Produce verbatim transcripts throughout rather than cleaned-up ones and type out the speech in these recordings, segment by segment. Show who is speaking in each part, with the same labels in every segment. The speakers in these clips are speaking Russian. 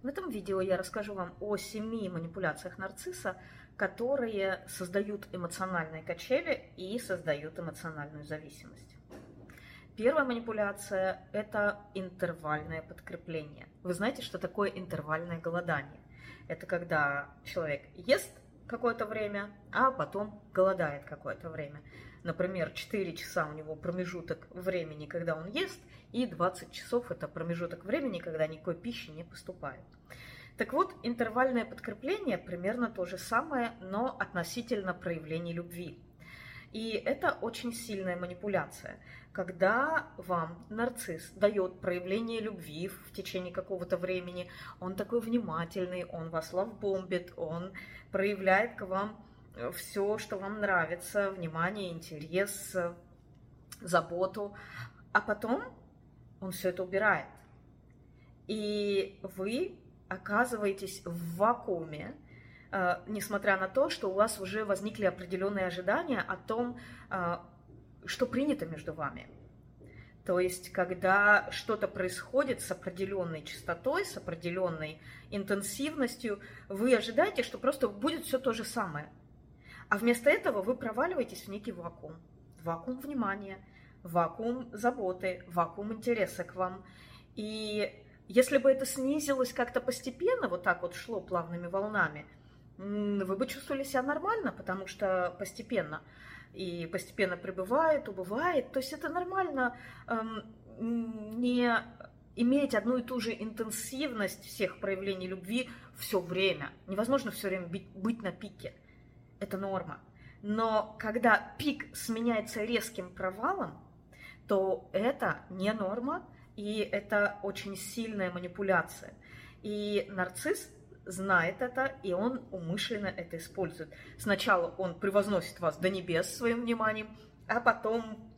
Speaker 1: В этом видео я расскажу вам о семи манипуляциях нарцисса, которые создают эмоциональные качели и создают эмоциональную зависимость. Первая манипуляция – это интервальное подкрепление. Вы знаете, что такое интервальное голодание? Это когда человек ест какое-то время, а потом голодает какое-то время. Например, четыре часа у него промежуток времени, когда он ест, и двадцать часов – это промежуток времени, когда никакой пищи не поступает. Так вот, интервальное подкрепление примерно то же самое, но относительно проявления любви. И это очень сильная манипуляция, когда вам нарцисс дает проявление любви в течение какого-то времени, он такой внимательный, он вас лавбомбит, он проявляет к вам все, что вам нравится, внимание, интерес, заботу, а потом он все это убирает. И вы оказываетесь в вакууме, несмотря на то, что у вас уже возникли определенные ожидания о том, что принято между вами. То есть, когда что-то происходит с определенной частотой, с определенной интенсивностью, вы ожидаете, что просто будет все то же самое. А вместо этого вы проваливаетесь в некий вакуум. Вакуум внимания, вакуум заботы, вакуум интереса к вам. И если бы это снизилось как-то постепенно, вот так вот шло плавными волнами, вы бы чувствовали себя нормально, потому что постепенно. И постепенно прибывает, убывает. То есть это нормально эм, не иметь одну и ту же интенсивность всех проявлений любви все время. Невозможно все время быть, быть на пике. Это норма. Но когда пик сменяется резким провалом, то это не норма, и это очень сильная манипуляция. И нарцисс знает это, и он умышленно это использует. Сначала он превозносит вас до небес своим вниманием, а потом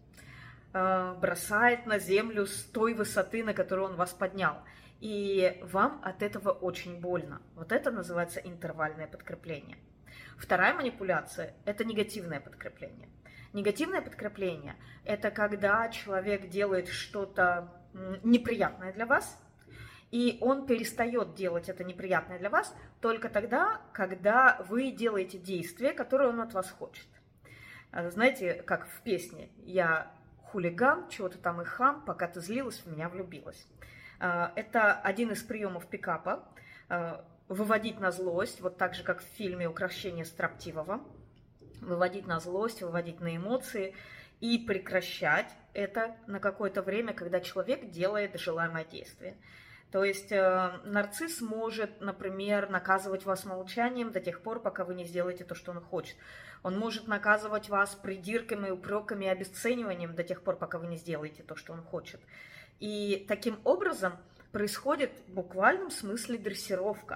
Speaker 1: э, бросает на землю с той высоты, на которую он вас поднял. И вам от этого очень больно. Вот это называется интервальное подкрепление. Вторая манипуляция – это негативное подкрепление. Негативное подкрепление – это когда человек делает что-то неприятное для вас, и он перестает делать это неприятное для вас только тогда, когда вы делаете действие, которое он от вас хочет. Знаете, как в песне «Я хулиган, чего-то там и хам, пока ты злилась, в меня влюбилась». Это один из приемов пикапа – выводить на злость, вот так же, как в фильме «Укрощение строптивого», выводить на злость, выводить на эмоции и прекращать это на какое-то время, когда человек делает желаемое действие. То есть э, нарцисс может, например, наказывать вас молчанием до тех пор, пока вы не сделаете то, что он хочет. Он может наказывать вас придирками, упреками и обесцениванием до тех пор, пока вы не сделаете то, что он хочет. И таким образом происходит в буквальном смысле дрессировка.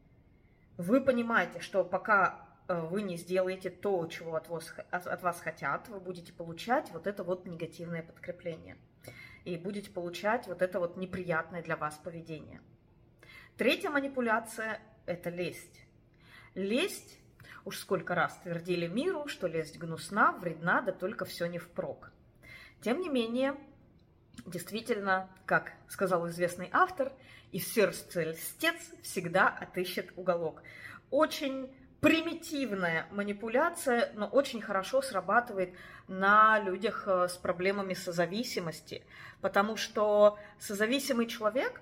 Speaker 1: Вы понимаете, что пока вы не сделаете то, чего от вас, от вас хотят, вы будете получать вот это вот негативное подкрепление. И будете получать вот это вот неприятное для вас поведение. Третья манипуляция – это лесть. Лесть, уж сколько раз твердили миру, что лесть гнусна, вредна, да только все не впрок. Тем не менее, действительно, как сказал известный автор, и в сердце льстец всегда отыщет уголок. Очень примитивная манипуляция, но очень хорошо срабатывает на людях с проблемами созависимости, потому что созависимый человек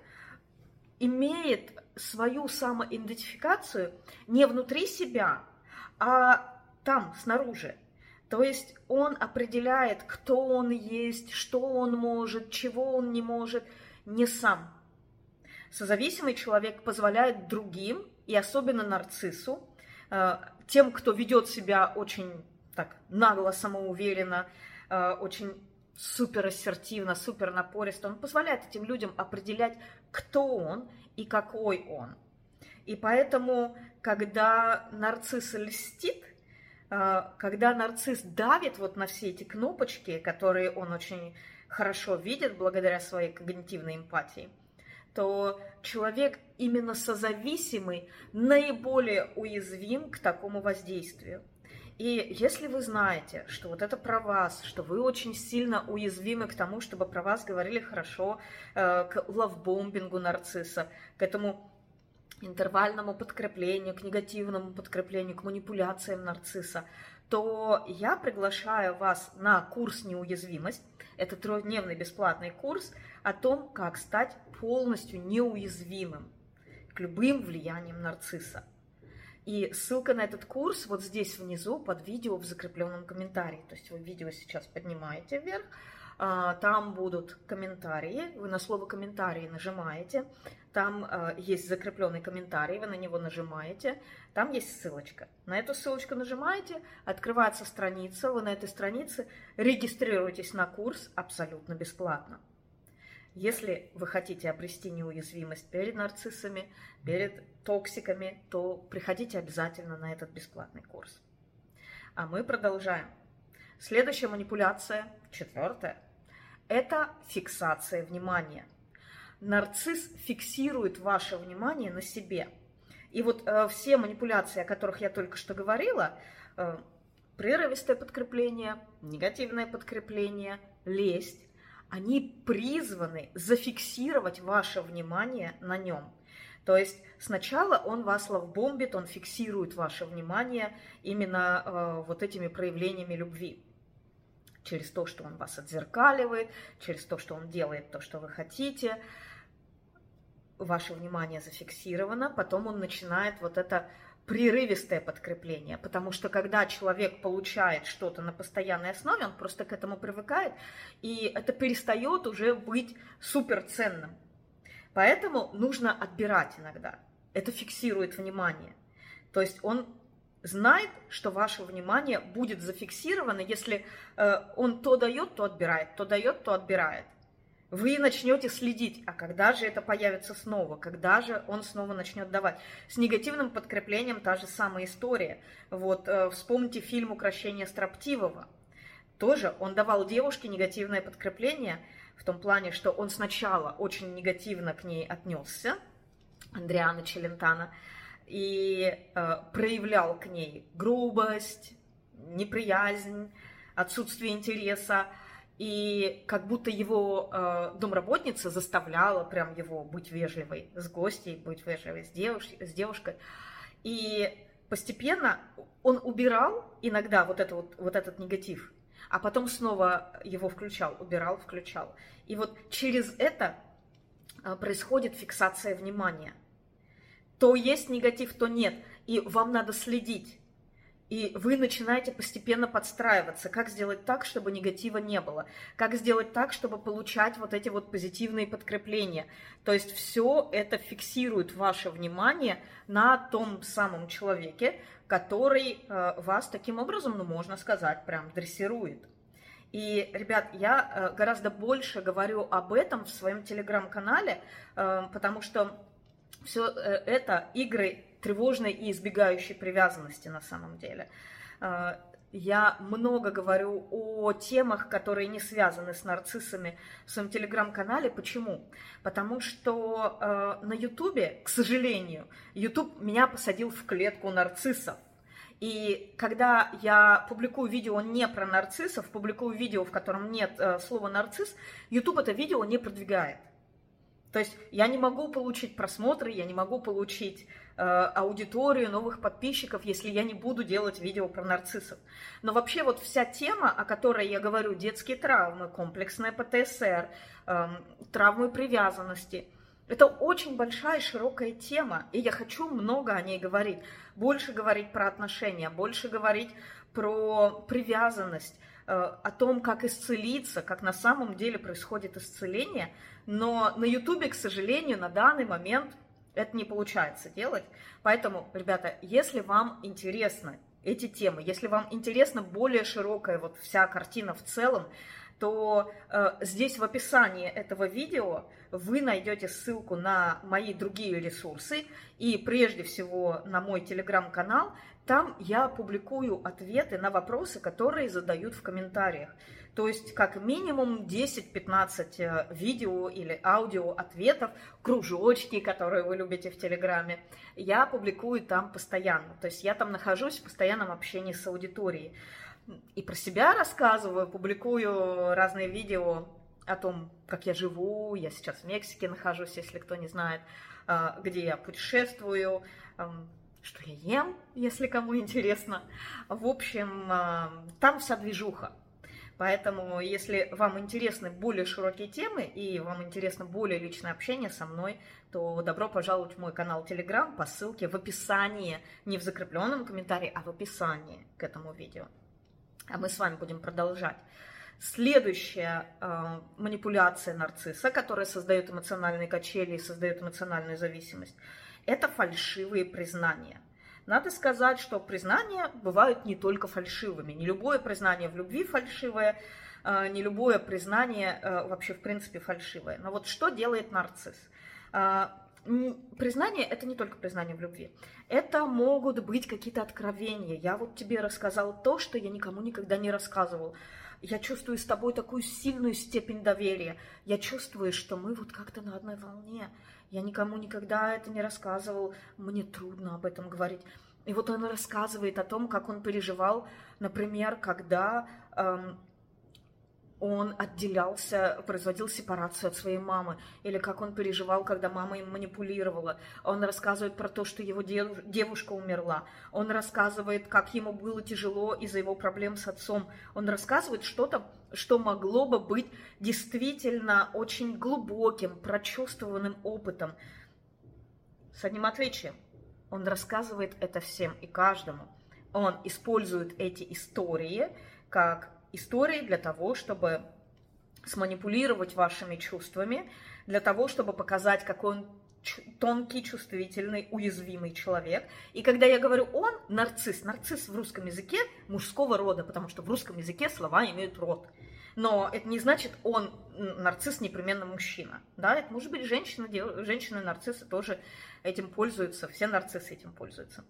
Speaker 1: имеет свою самоидентификацию не внутри себя, а там, снаружи. То есть он определяет, кто он есть, что он может, чего он не может, не сам. Созависимый человек позволяет другим, и особенно нарциссу, тем, кто ведет себя очень так нагло, самоуверенно, очень суперассертивно, супернапористо, он позволяет этим людям определять, кто он и какой он. И поэтому, когда нарцисс льстит, когда нарцисс давит вот на все эти кнопочки, которые он очень хорошо видит благодаря своей когнитивной эмпатии, то человек именно созависимый наиболее уязвим к такому воздействию. И если вы знаете, что вот это про вас, что вы очень сильно уязвимы к тому, чтобы про вас говорили хорошо, к лавбомбингу нарцисса, к этому интервальному подкреплению, к негативному подкреплению, к манипуляциям нарцисса, то я приглашаю вас на курс «Неуязвимость». Это трехдневный бесплатный курс о том, как стать полностью неуязвимым к любым влияниям нарцисса. И ссылка на этот курс вот здесь внизу под видео в закрепленном комментарии. То есть вы видео сейчас поднимаете вверх, там будут комментарии, вы на слово «комментарии» нажимаете, там есть закрепленный комментарий, вы на него нажимаете, там есть ссылочка. На эту ссылочку нажимаете, открывается страница, вы на этой странице регистрируетесь на курс абсолютно бесплатно. Если вы хотите обрести неуязвимость перед нарциссами, перед токсиками, то приходите обязательно на этот бесплатный курс. А мы продолжаем. Следующая манипуляция, четвертая, это фиксация внимания. Нарцисс фиксирует ваше внимание на себе. И вот э, все манипуляции, о которых я только что говорила, э, прерывистое подкрепление, негативное подкрепление, лесть, они призваны зафиксировать ваше внимание на нем. То есть сначала он вас ловбомбит, он фиксирует ваше внимание именно э, вот этими проявлениями любви. Через то, что он вас отзеркаливает, через то, что он делает то, что вы хотите. Ваше внимание зафиксировано, потом он начинает вот это прерывистое подкрепление, потому что когда человек получает что-то на постоянной основе, он просто к этому привыкает, и это перестает уже быть суперценным. Поэтому нужно отбирать иногда. Это фиксирует внимание. То есть он знает, что ваше внимание будет зафиксировано, если э, он то дает, то отбирает, то дает, то отбирает. Вы начнете следить, а когда же это появится снова, когда же он снова начнет давать. С негативным подкреплением та же самая история. Вот э, вспомните фильм «Укрощение строптивого». Тоже он давал девушке негативное подкрепление, в том плане, что он сначала очень негативно к ней отнесся, Адриано Челентано, и э, проявлял к ней грубость, неприязнь, отсутствие интереса. И как будто его э, домработница заставляла прям его быть вежливой с гостьей, быть вежливой с, девуш... с девушкой. И постепенно он убирал иногда вот, это вот, вот этот негатив, а потом снова его включал, убирал, включал. И вот через это э, происходит фиксация внимания. То есть негатив, то нет. И вам надо следить. И вы начинаете постепенно подстраиваться, как сделать так, чтобы негатива не было, как сделать так, чтобы получать вот эти вот позитивные подкрепления. То есть все это фиксирует ваше внимание на том самом человеке, который э, вас таким образом, ну, можно сказать, прям дрессирует. И, ребят, я э, гораздо больше говорю об этом в своем телеграм-канале, э, потому что все э, это игры тревожной и избегающей привязанности на самом деле. Я много говорю о темах, которые не связаны с нарциссами в своем телеграм-канале. Почему? Потому что на ютубе, к сожалению, ютуб меня посадил в клетку нарциссов. И когда я публикую видео не про нарциссов, публикую видео, в котором нет слова нарцисс, ютуб это видео не продвигает. То есть я не могу получить просмотры, я не могу получить э, аудиторию, новых подписчиков, если я не буду делать видео про нарциссов. Но вообще вот вся тема, о которой я говорю, детские травмы, комплексная пэ тэ эс эр, э, травмы привязанности, это очень большая и широкая тема, и я хочу много о ней говорить. Больше говорить про отношения, больше говорить про привязанность, э, о том, как исцелиться, как на самом деле происходит исцеление. Но на ютубе, к сожалению, на данный момент это не получается делать. Поэтому, ребята, если вам интересны эти темы, если вам интересна более широкая вот вся картина в целом, то э, здесь в описании этого видео вы найдете ссылку на мои другие ресурсы и прежде всего на мой телеграм-канал. Там я публикую ответы на вопросы, которые задают в комментариях. То есть как минимум десять-пятнадцать видео или аудио ответов, кружочки, которые вы любите в Телеграме, я публикую там постоянно. То есть я там нахожусь в постоянном общении с аудиторией. И про себя рассказываю, публикую разные видео о том, как я живу. Я сейчас в Мексике нахожусь, если кто не знает, где я путешествую, что я ем, если кому интересно. В общем, там вся движуха. Поэтому, если вам интересны более широкие темы и вам интересно более личное общение со мной, то добро пожаловать в мой канал Telegram по ссылке в описании, не в закрепленном комментарии, а в описании к этому видео. А мы с вами будем продолжать. Следующая э, манипуляция нарцисса, которая создает эмоциональные качели и создает эмоциональную зависимость, это фальшивые признания. Надо сказать, что признания бывают не только фальшивыми. Не любое признание в любви фальшивое, не любое признание вообще в принципе фальшивое. Но вот что делает нарцисс? Признание – это не только признание в любви. Это могут быть какие-то откровения. Я вот тебе рассказал то, что я никому никогда не рассказывал. Я чувствую с тобой такую сильную степень доверия. Я чувствую, что мы вот как-то на одной волне. Я никому никогда это не рассказывал. Мне трудно об этом говорить. И вот он рассказывает о том, как он переживал, например, когда эм, он отделялся, производил сепарацию от своей мамы, или как он переживал, когда мама им манипулировала. Он рассказывает про то, что его девушка умерла. Он рассказывает, как ему было тяжело из-за его проблем с отцом. Он рассказывает что-то, что могло бы быть действительно очень глубоким, прочувствованным опытом. С одним отличием. Он рассказывает это всем и каждому. Он использует эти истории как истории для того, чтобы сманипулировать вашими чувствами, для того, чтобы показать, какой он тонкий, чувствительный, уязвимый человек. И когда я говорю «он», нарцисс, нарцисс в русском языке мужского рода, потому что в русском языке слова имеют род. Но это не значит, он, нарцисс, непременно мужчина. Да, это может быть женщина, женщины-нарциссы тоже этим пользуются, все нарциссы этим пользуются.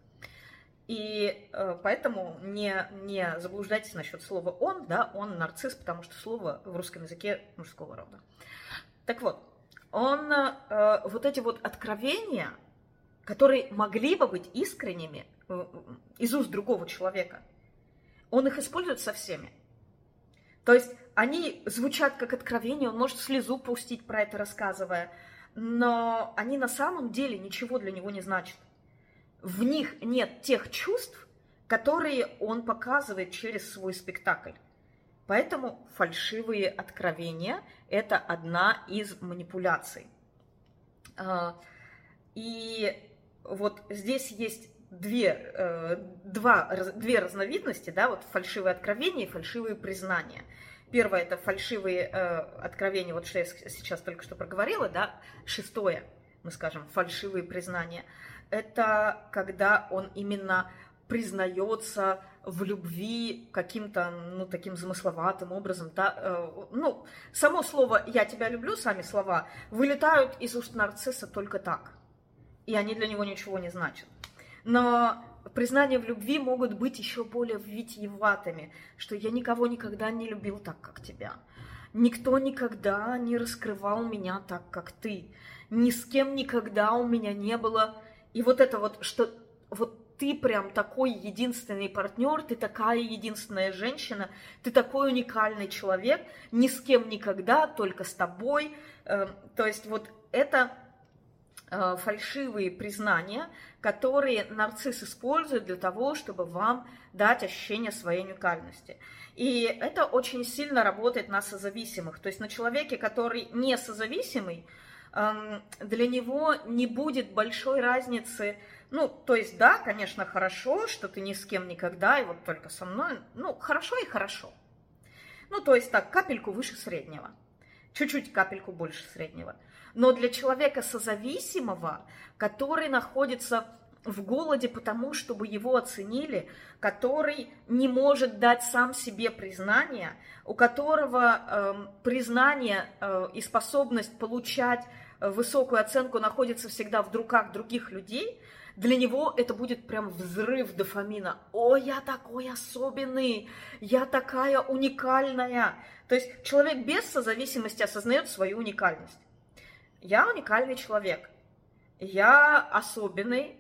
Speaker 1: И э, поэтому не, не заблуждайтесь насчет слова «он», да, он нарцисс, потому что слово в русском языке мужского рода. Так вот, он, э, вот эти вот откровения, которые могли бы быть искренними э, из уст другого человека, он их использует со всеми. То есть они звучат как откровения, он может слезу пустить про это рассказывая, но они на самом деле ничего для него не значат. В них нет тех чувств, которые он показывает через свой спектакль. Поэтому фальшивые откровения – это одна из манипуляций. И вот здесь есть две, два, две разновидности, да, вот фальшивые откровения и фальшивые признания. Первое – это фальшивые откровения, вот что я сейчас только что проговорила, да. Шестое, мы скажем, фальшивые признания – это когда он именно признается в любви каким-то, ну, таким замысловатым образом, да, ну, само слово «я тебя люблю», сами слова, вылетают из уст нарцисса только так, и они для него ничего не значат. Но признания в любви могут быть еще более витиеватыми, что «я никого никогда не любил так, как тебя», «никто никогда не раскрывал меня так, как ты», «ни с кем никогда у меня не было». И вот это вот, что вот ты прям такой единственный партнер, ты такая единственная женщина, ты такой уникальный человек, ни с кем никогда, только с тобой. То есть вот это фальшивые признания, которые нарцисс использует для того, чтобы вам дать ощущение своей уникальности. И это очень сильно работает на созависимых. То есть на человеке, который не созависимый, для него не будет большой разницы. Ну, то есть, да, конечно, хорошо, что ты ни с кем никогда, и вот только со мной. Ну, хорошо и хорошо. Ну, то есть так, капельку выше среднего. Чуть-чуть капельку больше среднего. Но для человека созависимого, который находится в голоде потому, чтобы его оценили, который не может дать сам себе признание, у которого э, признание э, и способность получать высокую оценку находится всегда в руках других людей, для него это будет прям взрыв дофамина. О, я такой особенный, я такая уникальная. То есть человек без созависимости осознает свою уникальность. Я уникальный человек, я особенный,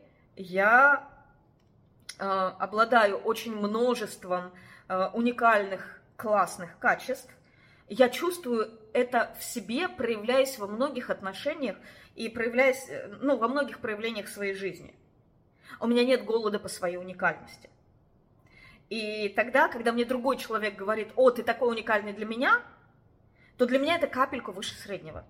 Speaker 1: я э, обладаю очень множеством э, уникальных, классных качеств. Я чувствую это в себе, проявляясь во многих отношениях и проявляясь, ну, во многих проявлениях своей жизни. У меня нет голода по своей уникальности. И тогда, когда мне другой человек говорит: о, ты такой уникальный для меня, то для меня это капелька выше среднего.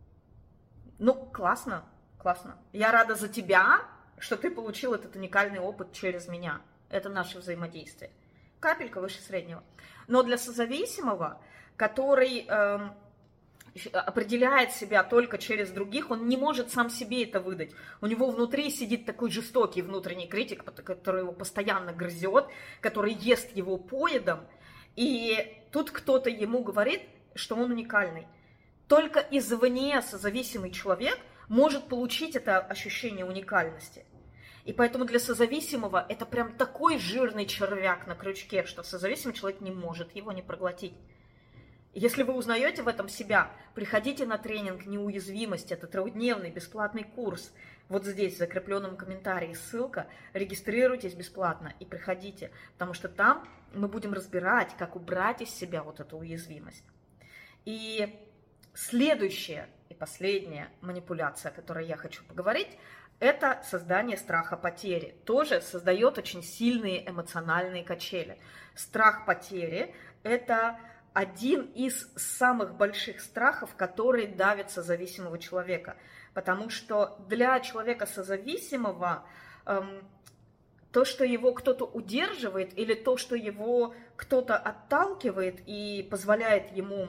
Speaker 1: Ну, классно, классно. Я рада за тебя, что ты получил этот уникальный опыт через меня. Это наше взаимодействие. Капелька выше среднего. Но для созависимого, который э, определяет себя только через других, он не может сам себе это выдать. У него внутри сидит такой жестокий внутренний критик, который его постоянно грызет, который ест его поедом. И тут кто-то ему говорит, что он уникальный. Только извне созависимый человек может получить это ощущение уникальности. И поэтому для созависимого это прям такой жирный червяк на крючке, что созависимый человек не может его не проглотить. Если вы узнаете в этом себя, приходите на тренинг «Неуязвимость». Это трехдневный бесплатный курс. Вот здесь в закрепленном комментарии ссылка. Регистрируйтесь бесплатно и приходите, потому что там мы будем разбирать, как убрать из себя вот эту уязвимость. И следующая и последняя манипуляция, о которой я хочу поговорить, это создание страха потери. Тоже создает очень сильные эмоциональные качели. Страх потери – это один из самых больших страхов, который давит созависимого человека. Потому что для человека созависимого эм, то, что его кто-то удерживает, или то, что его кто-то отталкивает и позволяет ему,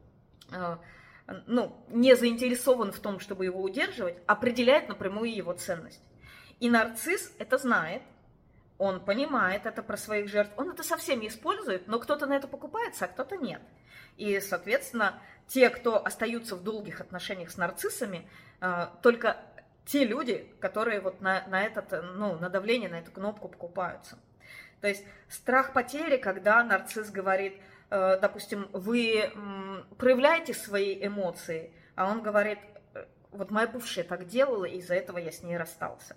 Speaker 1: э, ну, не заинтересован в том, чтобы его удерживать, определяет напрямую его ценность. И нарцисс это знает. Он понимает это про своих жертв, он это совсем не использует, но кто-то на это покупается, а кто-то нет. И, соответственно, те, кто остаются в долгих отношениях с нарциссами, только те люди, которые вот на, на, этот, ну, на давление, на эту кнопку покупаются. То есть страх потери, когда нарцисс говорит, допустим, вы проявляете свои эмоции, а он говорит: вот моя бывшая так делала, и из-за этого я с ней расстался.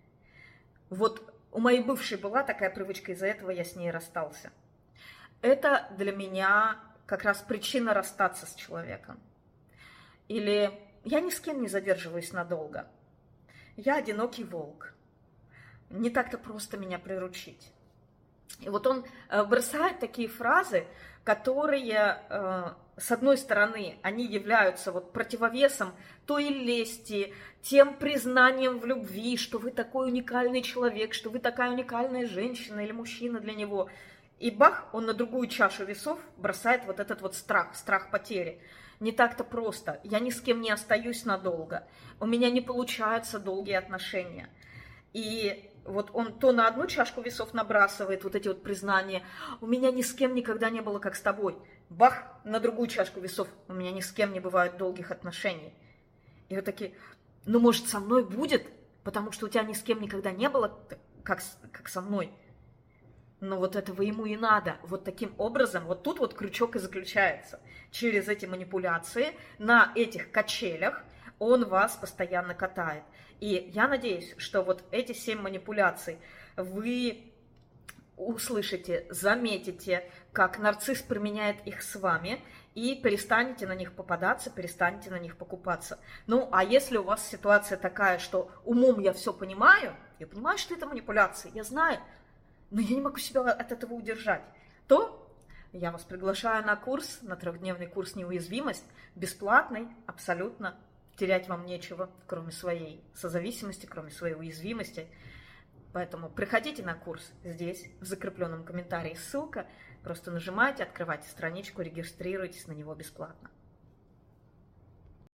Speaker 1: Вот у моей бывшей была такая привычка, из-за этого я с ней расстался. Это для меня как раз причина расстаться с человеком. Или я ни с кем не задерживаюсь надолго. Я одинокий волк. Не так-то просто меня приручить. И вот он бросает такие фразы, которые, с одной стороны, они являются вот противовесом той лести, тем признанием в любви, что вы такой уникальный человек, что вы такая уникальная женщина или мужчина для него. И бах, он на другую чашу весов бросает вот этот вот страх, страх потери. Не так-то просто. Я ни с кем не остаюсь надолго. У меня не получаются долгие отношения. И вот он то на одну чашку весов набрасывает вот эти вот признания: у меня ни с кем никогда не было, как с тобой. Бах, на другую чашку весов: у меня ни с кем не бывает долгих отношений. И вот такие: ну, может, со мной будет, потому что у тебя ни с кем никогда не было, как, как со мной. Но вот этого ему и надо. Вот таким образом, вот тут вот крючок и заключается. Через эти манипуляции, на этих качелях он вас постоянно катает. И я надеюсь, что вот эти семь манипуляций вы услышите, заметите, как нарцисс применяет их с вами, и перестанете на них попадаться, перестанете на них покупаться. Ну, а если у вас ситуация такая, что умом я все понимаю, я понимаю, что это манипуляции, я знаю, но я не могу себя от этого удержать, то я вас приглашаю на курс, на трехдневный курс «Неуязвимость», бесплатный, абсолютно. Терять вам нечего, кроме своей созависимости, кроме своей уязвимости. Поэтому приходите на курс здесь, в закрепленном комментарии ссылка. Просто нажимайте, открывайте страничку, регистрируйтесь на него бесплатно.